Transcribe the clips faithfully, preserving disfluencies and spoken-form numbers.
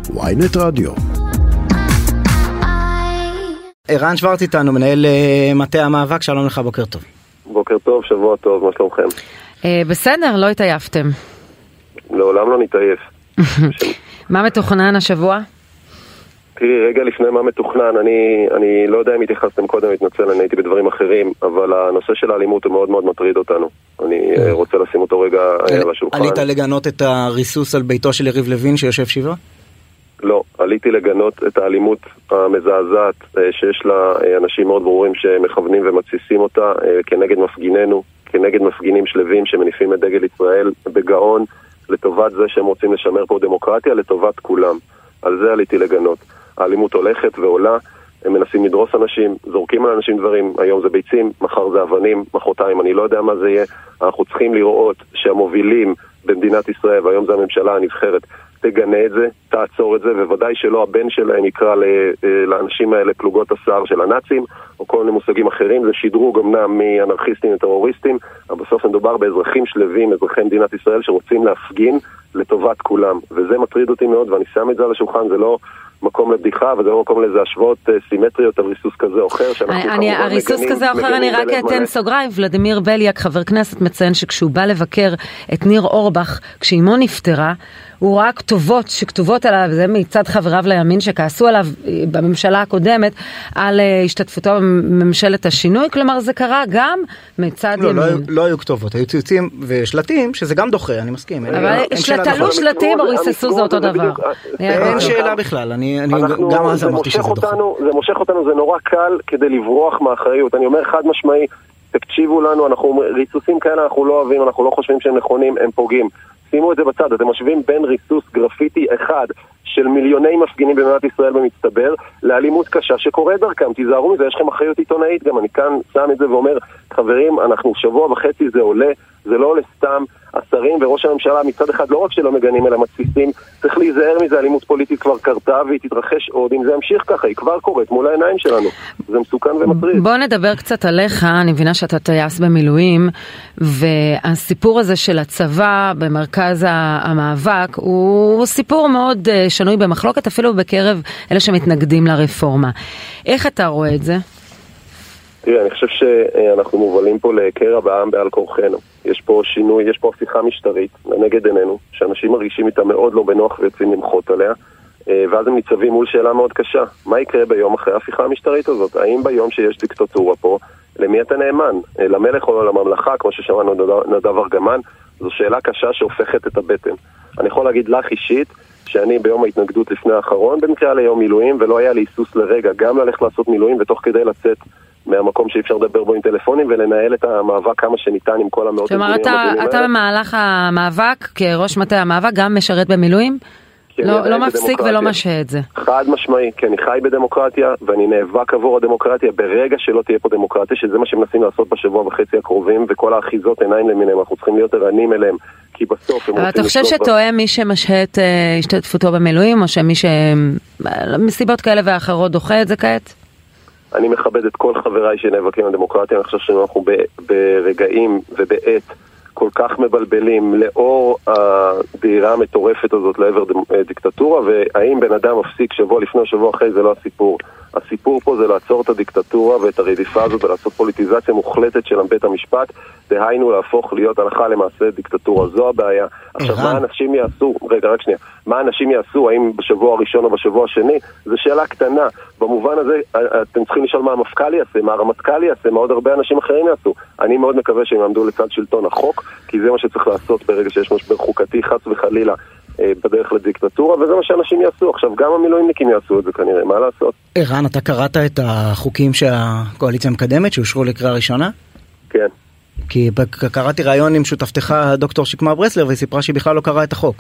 וויינט רדיו. ערן שוורץ איתנו, מנהל מטה המאבק, שלום לך, בוקר טוב. בוקר טוב, שבוע טוב, מה שלומכם? בסדר, לא התעייפתם. לעולם לא נתעייף. מה מתוכנן השבוע? תראי, רגע לפני מה מתוכנן, אני, אני לא יודע אם התייחסתם קודם, מתנצל, אני הייתי בדברים אחרים, אבל הנושא של האלימות הוא מאוד מאוד מטריד אותנו. אני רוצה לשים אותו רגע על השולחן. עלית לגנות את הריסוס על ביתו של יריב לוין שיושב שבעה? לא, עליתי לגנות את האלימות המזעזעת שיש לה אנשים מאוד ברורים שמכוונים ומתסיסים אותה כנגד מפגינינו, כנגד מפגינים שלווים שמניפים את דגל ישראל בגאון לטובת זה שהם רוצים לשמר פה דמוקרטיה, לטובת כולם. על זה עליתי לגנות. האלימות הולכת ועולה, הם מנסים לדרוס אנשים, זורקים על אנשים דברים, היום זה ביצים, מחר זה אבנים, מחרתיים, אני לא יודע מה זה יהיה. אנחנו צריכים לראות שהמובילים במדינת ישראל, והיום זה הממשלה הנבחרת, תגנה את זה, תעצור את זה, ובוודאי שלא הבן שלהם יקרא לאנשים האלה פלוגות השר של הנאצים, או כל מיני מושגים אחרים. זה שדרוג אמנם מאנרכיסטים וטרוריסטים, אבל בסוף מדובר באזרחים שלווים, אזרחי מדינת ישראל שרוצים להפגין לטובת כולם, וזה מטריד אותי מאוד, ואני שם את זה על השולחן. זה לא מקום לבדיחה, וזה לא מקום לזה השוואות סימטריות על ריסוס כזה או אחר. הריסוס כזה או אחר, אני רק אתן סוגריים. ולדימיר בליאק, חבר כנסת, מציין שכשהוא בא לבקר את ניר אורבך, כשאימו נפטרה, הוא ראה כתובות שכתובות עליו, זה מצד חבריו לימין שכעסו עליו בממשלה הקודמת, על השתתפותו בממשלת השינוי. כלומר, זה קרה גם מצד לא, ימין. לא, לא היו כתובות, היו ציוצים ושלטים, שזה גם דוחה, אני מסכים. אבל שלטלו שלטים או ריססו זה אותו דבר. אין שאלה בכלל, אני גם אז אמרתי שזה דוחה. זה מושך אותנו, זה נורא קל כדי לברוח מאחריות. אני אומר חד משמעי, תקשיבו לנו, אנחנו ריסוסים כאלה אנחנו לא אוהבים, אנחנו לא חושבים שהם נכונים, הם פוגעים. שימו את זה בצד, אתם משווים בין ריסוס גרפיטי אחד של מיליוני מפגינים במדינת ישראל במצטבר, לאלימות קשה שקורה דרכם. תיזהרו מזה, יש לכם אחריות עיתונאית גם, אני כאן שם את זה ואומר, חברים, אנחנו שבוע וחצי זה עולה, זה לא עולה סתם. השרים וראש הממשלה מצד אחד לא רק שלא מגנים אלא מתסיסים, צריך להיזהר מזה, אלימות פוליטית כבר קרתה והיא תתרחש עוד, אם זה ימשיך ככה, היא כבר קורית מול העיניים שלנו, זה מסוכן ומטריד. בוא נדבר קצת עליך, אני מבינה שאתה טייס במילואים, והסיפור הזה של הצבא במרכז המאבק, הוא סיפור מאוד שנוי במחלוקת, אפילו בקרב אלה שמתנגדים לרפורמה. איך אתה רואה את זה? תראה, אני חושב שאנחנו מובלים פה לקרע בעם בעל כורחנו. יש פה שינוי, יש פה הפיכה משטרית לנגד עינינו, שאנשים מרגישים איתה מאוד לא בנוח ויוצאים למחות עליה, ואז הם ניצבים מול שאלה מאוד קשה. מה יקרה ביום אחרי ההפיכה המשטרית הזאת? האם ביום שיש דיקטטורה פה, למי אתה נאמן? למלך או לממלכה, כמו ששמענו נדב ארגמן? זו שאלה קשה שהופכת את הבטן. אני יכול להגיד לך אישית, שאני ביום ההתנגדות לפני האחרון, במקרה ליום מילואים, ולא היה לי היסוס לרגע, גם ללכת לעשות מילואים, ותוך כדי לצאת מהמקום שאי אפשר לדבר בו עם טלפונים, ולנהל את המאבק כמה שניתן עם כל המאות... כלומר, אתה, אתה במהלך המאבק, כראש מטה המאבק, גם משרת במילואים? לא, לא מפסיק ולא משהה את זה. חד משמעי, כי אני חי בדמוקרטיה, ואני נאבק עבור הדמוקרטיה, ברגע שלא תהיה פה דמוקרטיה, שזה מה שמנסים לעשות בשבוע וחצי הקרובים, וכל האחיזות עיניים למיניהם, אנחנו צריכים להיות ערניים אליהם, כי בסוף... אבל אתה חושב שטועה מי שמשהה את השתתפותו במילואים, או שמי שמסיבות כאלה ואחרות דוחה את זה כעת? אני מכבד את כל חבריי שנאבקים על דמוקרטיה, אני חושב שאנחנו ברגעים ובעת כל כך מבלבלים לאור הדהירה המטורפת הזאת לעבר דיקטטורה, והאם בן אדם מפסיק שבוע לפני או שבוע אחרי, זה לא הסיפור. הסיפור פה זה לעצור את הדיקטטורה ואת הרדיפה הזאת ולעשות פוליטיזציה מוחלטת של בית המשפט, דהיינו להפוך להיות הלכה למעשה דיקטטורה. זו הבעיה. עכשיו, מה אנשים יעשו? רגע, רק שנייה. מה אנשים יעשו? האם בשבוע הראשון או בשבוע השני? זו שאלה קטנה. במובן הזה, אתם צריכים לשאול מה המפכ"ל יעשה, מה הרמטכ"ל יעשה, מה עוד הרבה אנשים אחרים יעשו. אני מאוד מקווה שהם יעמדו לצד שלטון החוק, כי זה מה שצריך לעשות ברגע שיש משבר חוקתי, חס וחלילה, בדרך לדיקטטורה, וזה מה שאנשים יעשו. עכשיו, גם המילואימניקים יעשו את זה כנראה, מה לעשות? ערן, אתה קראת את החוקים שהקואליציה מקדמת, שאושרו לקריאה ראשונה? כן. כי קראתי ראיון עם שותפתך דוקטור שקמה ברסלר, והיא סיפרה שהיא בכלל לא קראה את החוק.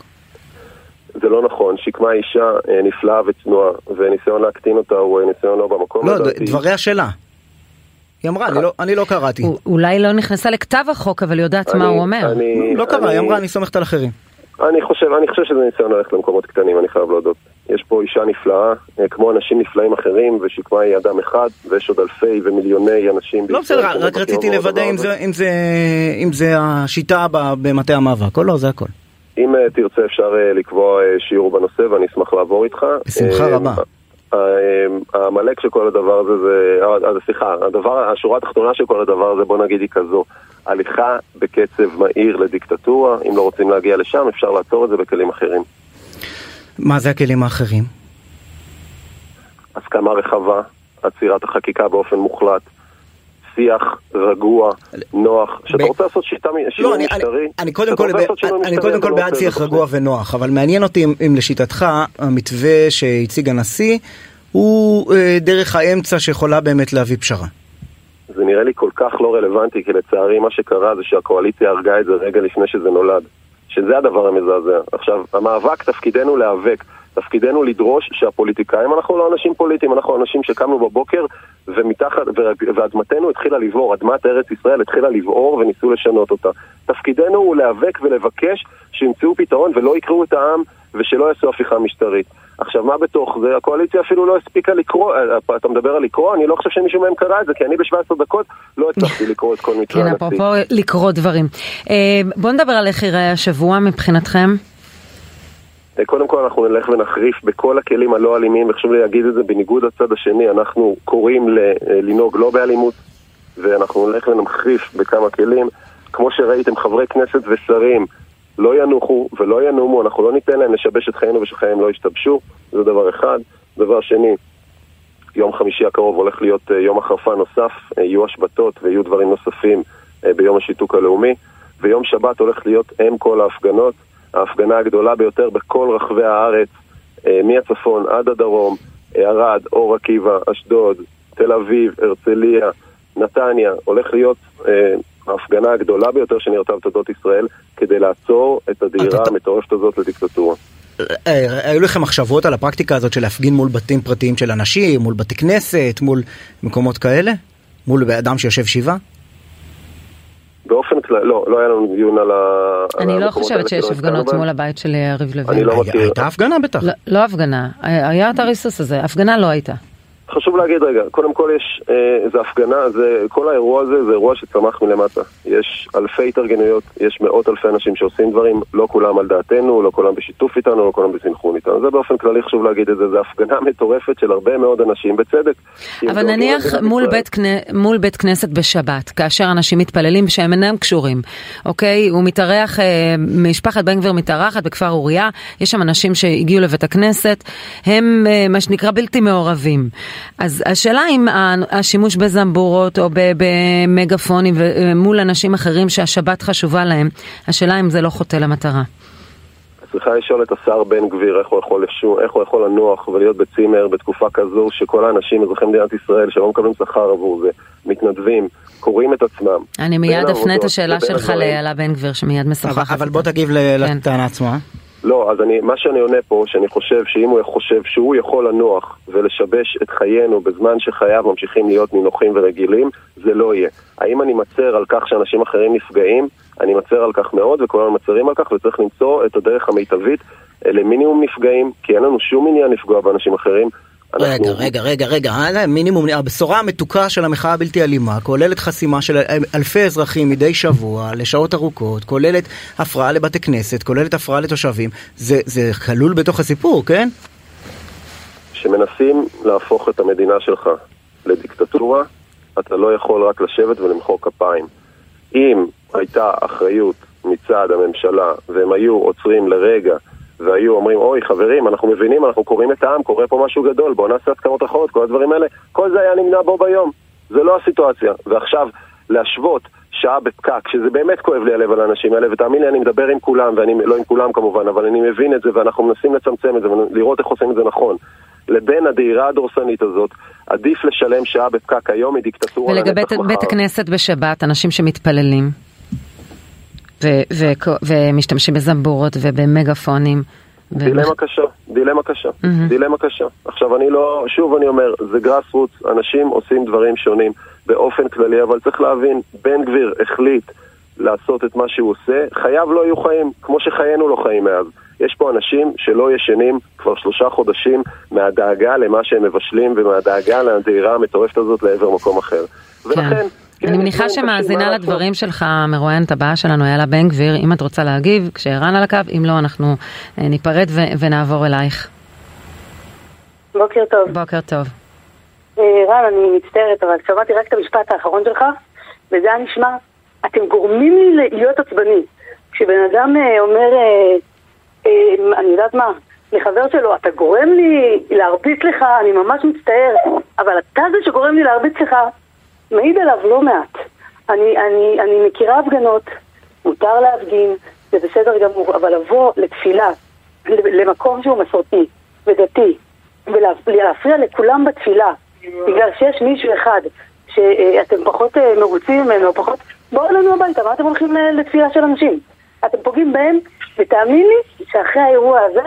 זה לא נכון, שקמה אישה נפלאה וצנועה, וניסיון להקטין אותה הוא ניסיון לא במקום. לא, דבריה שלה. היא אמרה, אני לא, אני לא קראתי. אולי לא נכנסה לכתב החוק, אבל יודעת מה הוא אומר. לא קרא, היא אמרה, אני סומכת על אחרים. אני חושב, אני חושב שזה ניסיון ללכת למקומות קטנים, אני חייב להודות. יש פה אישה נפלאה, כמו אנשים נפלאים אחרים, ושקמה היא אדם אחד, ויש עוד אלפי ומיליוני אנשים. לא בסדר, רק רציתי לוודא אם זה, אם זה, אם זה השיטה במטה המאבק, או לא, זה הכל. אם תרצה אפשר לקבוע שיעור בנושא ואני אשמח לעבור איתך. בשמחה רבה. המלאק של כל הדבר הזה, זה, סליחה, הדבר, השורה התחתונה של כל הדבר הזה, בוא נגיד היא כזו, הליכה בקצב מהיר לדיקטטורה, אם לא רוצים להגיע לשם אפשר לעצור את זה בכלים אחרים. מה זה הכלים האחרים? הסכמה רחבה, עצירת החקיקה באופן מוחלט, שיח רגוע, נוח, שאתה רוצה לעשות שיטה שינוי משטרי. אני קודם כל בעד שיח רגוע ונוח, אבל מעניין אותי אם לשיטתך המתווה שהציג הנשיא הוא דרך האמצע שיכולה באמת להביא פשרה. זה נראה לי כל כך לא רלוונטי, כי לצערי מה שקרה זה שהקואליציה הרגה את זה רגע לפני שזה נולד, שזה הדבר המזעזע. עכשיו, המאבק תפקידנו להיאבק, תפקידנו לדרוש שהפוליטיקאים, אנחנו לא אנשים פוליטיים, אנחנו אנשים שקמנו בבוקר ומתחת, ואדמתנו התחילה לבעור, אדמת ארץ ישראל התחילה לבעור וניסו לשנות אותה. תפקידנו הוא להיאבק ולבקש שימצאו פתרון ולא יקראו את העם ושלא יעשו הפיכה משטרית. עכשיו, מה בתוך זה? הקואליציה אפילו לא הספיקה לקרוא, אתה מדבר על לקרוא, אני לא חושב שמישהו מהם קרא את זה, כי אני ב-שבע עשרה דקות לא הצלחתי לקרוא את כל מתווה הנשיא. כן, אפרופו לקרוא דברים. בואו נדבר על איך ייראה השבוע מבחינתכם. קודם כל אנחנו נלך ונחריף בכל הכלים הלא אלימים, וחשוב לי להגיד את זה בניגוד הצד השני, אנחנו קוראים לנהוג לא באלימות, ואנחנו נלך ונחריף בכמה כלים. כמו שראיתם, חברי כנסת ושרים לא ינוחו ולא ינומו, אנחנו לא ניתן להם לשבש את חיינו ושחייהם לא ישתבשו, זה דבר אחד. דבר שני, יום חמישי הקרוב הולך להיות יום החרפה נוסף, יהיו השבתות ויהיו דברים נוספים ביום השיתוק הלאומי, ויום שבת הולך להיות אם כל ההפגנות, ההפגנה הגדולה ביותר בכל רחבי הארץ, מהצפון עד הדרום, ערד, אור עקיבא, אשדוד, תל אביב, הרצליה, נתניה, הולך להיות ההפגנה הגדולה ביותר שנראתה בתולדות ישראל, כדי לעצור את הדהירה המטורפת הזאת לדיקטטורה. היו לכם מחשבות על הפרקטיקה הזאת של להפגין מול בתים פרטיים של אנשים, מול בתי כנסת, מול מקומות כאלה? מול אדם שיושב שבעה? באופן כלל, לא, לא היה לנו דיון על ה... אני לא חושבת שיש הפגנות מול הבית של יריב לוין. אני לא מכיר. הייתה הפגנה בטח. לא הפגנה, היה את הריסוס הזה, הפגנה לא הייתה. חשוב להגיד רגע, קודם כל יש איזו הפגנה, זה, כל האירוע הזה זה אירוע שצמח מלמטה. יש אלפי התארגנויות, יש מאות אלפי אנשים שעושים דברים, לא כולם על דעתנו, לא כולם בשיתוף איתנו, לא כולם בסנכרון איתנו. זה באופן כללי חשוב להגיד את זה, זה הפגנה מטורפת של הרבה מאוד אנשים, בצדק. אבל נניח מול בית, מול בית כנסת בשבת, כאשר אנשים מתפללים שהם אינם קשורים, אוקיי? הוא מתארח, משפחת בן גביר מתארחת בכפר אוריה, יש שם אנשים שהגיעו לבית הכנסת, הם מה שנקרא בלתי מעורבים. אז השאלה אם השימוש בזמבורות או במגפונים מול אנשים אחרים שהשבת חשובה להם, השאלה אם זה לא חוטא למטרה. צריכה לשאול את השר בן גביר איך הוא יכול לשו, איך הוא יכול לנוח ולהיות בצימר בתקופה כזו שכל האנשים אזרחי מדינת ישראל שלא מקבלים שכר עבור זה, מתנדבים, קוראים את עצמם. אני מיד אפנה את השאלה שלך לאיילה בן גביר שמיד משוחחת. אבל בוא תגיב לטענה עצמה. לא, אז אני, מה שאני עונה פה, שאני חושב שאם הוא חושב שהוא יכול לנוח ולשבש את חיינו בזמן שחייו ממשיכים להיות נינוחים ורגילים, זה לא יהיה. האם אני מצר על כך שאנשים אחרים נפגעים? אני מצר על כך מאוד, וכולנו מצרים על כך, וצריך למצוא את הדרך המיטבית למינימום נפגעים, כי אין לנו שום עניין לפגוע באנשים אחרים. רגע, רגע, רגע, רגע, מינימום, הבשורה המתוקה של המחאה הבלתי אלימה, כוללת חסימה של אלפי אזרחים מדי שבוע, לשעות ארוכות, כוללת הפרעה לבתי כנסת, כוללת הפרעה לתושבים, זה, זה כלול בתוך הסיפור, כן? שמנסים להפוך את המדינה שלך לדיקטטורה, אתה לא יכול רק לשבת ולמחוא כפיים. אם הייתה אחריות מצד הממשלה, והם היו עוצרים לרגע, והיו אומרים, אוי חברים, אנחנו מבינים, אנחנו קוראים את העם, קורא פה משהו גדול, בואו נעשה הסכמות אחרות, כל הדברים האלה, כל זה היה נמנע בו ביום. זה לא הסיטואציה. ועכשיו, להשוות שעה בפקק, שזה באמת כואב לי הלב על האנשים האלה, ותאמין לי, אני מדבר עם כולם, ואני לא עם כולם כמובן, אבל אני מבין את זה, ואנחנו מנסים לצמצם את זה, ולראות איך עושים את זה נכון. לבין הדהירה הדורסנית הזאת, עדיף לשלם שעה בפקק היום מדיקטטורה ולגבי בית הכנסת בשבת, אנשים שמתפללים. ומשתמשים בזמבורות ובמגפונים. דילמה קשה, דילמה קשה, דילמה קשה. עכשיו אני לא, שוב אני אומר, זה גראסרוץ, אנשים עושים דברים שונים באופן כללי, אבל צריך להבין, בן גביר החליט לעשות את מה שהוא עושה, חייו לא יהיו חיים, כמו שחיינו לא חיים מאז. יש פה אנשים שלא ישנים כבר שלושה חודשים מהדאגה למה שהם מבשלים, ומהדאגה לדהירה המטורפת הזאת לעבר מקום אחר. ולכן, אני מניחה שמאזינה לדברים שלך, מרואיינת הבאה שלנו, איילה בן גביר, אם את רוצה להגיב, כשערן על הקו, אם לא, אנחנו ניפרד ונעבור אלייך. בוקר טוב. בוקר טוב. רן, אני מצטערת, אבל שמעתי רק את המשפט האחרון שלך, וזה היה נשמע, אתם גורמים לי להיות עצבני. כשבן אדם אומר, אני יודעת מה, לחבר שלו, אתה גורם לי להרביץ לך, אני ממש מצטער, אבל אתה זה שגורם לי להרביץ לך, מעיד עליו לא מעט. אני, אני, אני מכירה הפגנות, מותר להפגין, זה בסדר גמור, אבל לבוא לתפילה, למקום שהוא מסורתי ודתי, ולהפריע לכולם בתפילה, בגלל שיש מישהו אחד שאתם פחות מרוצים ממנו, פחות, בואו לנו הביתה, מה אתם הולכים לתפילה של אנשים? אתם פוגעים בהם, ותאמין לי שאחרי האירוע הזה,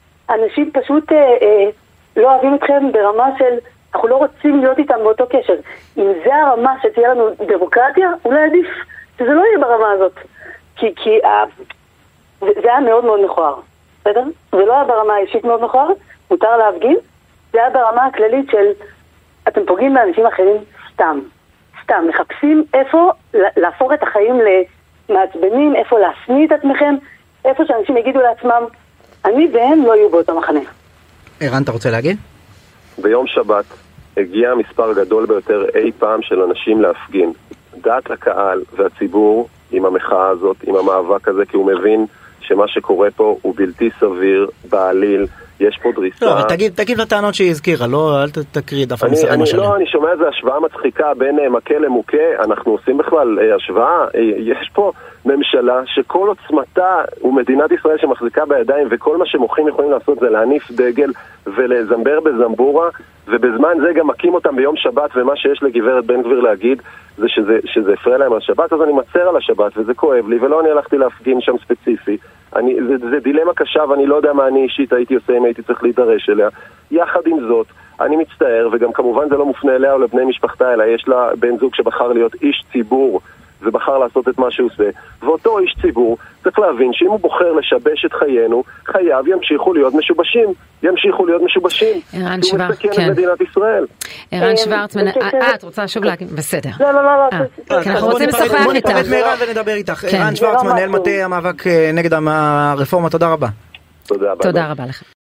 אנשים פשוט אה, אה, לא אוהבים אתכם ברמה של, אנחנו לא רוצים להיות איתם באותו קשר. אם זה הרמה שתהיה לנו דמוקרטיה, אולי עדיף שזה לא יהיה ברמה הזאת. כי, כי אה, זה, זה היה מאוד מאוד מכוער, בסדר? זה לא היה ברמה האישית מאוד מכוער, מותר להפגין, זה היה ברמה הכללית של, אתם פוגעים באנשים אחרים סתם. סתם, מחפשים איפה להפוך את החיים למעצבנים, איפה להשניא את עצמכם, איפה שאנשים יגידו לעצמם, אני והם לא יהיו באותו מחנה. ערן, אתה רוצה להגיד? ביום שבת הגיע מספר גדול ביותר אי פעם של אנשים להפגין. דעת הקהל והציבור עם המחאה הזאת, עם המאבק הזה, כי הוא מבין שמה שקורה פה הוא בלתי סביר, בעליל, יש פה דריסה. לא, תגיד, תגיד לטענות שהיא הזכירה, לא, אל תקריא דף המסרים אני, השלם. לא, אני שומע איזו השוואה מצחיקה בין מכה למוכה, אנחנו עושים בכלל השוואה, יש פה ממשלה שכל עוצמתה ומדינת ישראל שמחזיקה בידיים, וכל מה שמוחים יכולים לעשות זה להניף דגל ולזמבר בזמבורה, ובזמן זה גם מקים אותם ביום שבת, ומה שיש לגברת בן גביר להגיד זה שזה, שזה הפריע להם על שבת, אז אני מצר על השבת, וזה כואב לי, ולא אני הלכתי להפגין שם ספציפי. אני, זה, זה דילמה קשה, ואני לא יודע מה אני אישית הייתי עושה אם הייתי צריך להידרש אליה. יחד עם זאת, אני מצטער, וגם כמובן זה לא מופנה אליה או לבני משפחתה, אלא יש לה בן זוג שבחר להיות איש ציבור, ובחר לעשות את מה שהוא עושה. ואותו איש ציבור צריך להבין שאם הוא בוחר לשבש את חיינו, חייו ימשיכו להיות משובשים. ימשיכו להיות משובשים. ערן שוורץ, הוא מסכן את מדינת ישראל. ערן שוורץ, אה, את רוצה שוב להגיד? בסדר. לא, לא, לא. אנחנו רוצים לשוחח איתך. בוא ניפרד מערן ונדבר איתך. ערן שוורץ, מנהל מטה המאבק נגד הרפורמה, תודה רבה. תודה רבה. תודה רבה לך.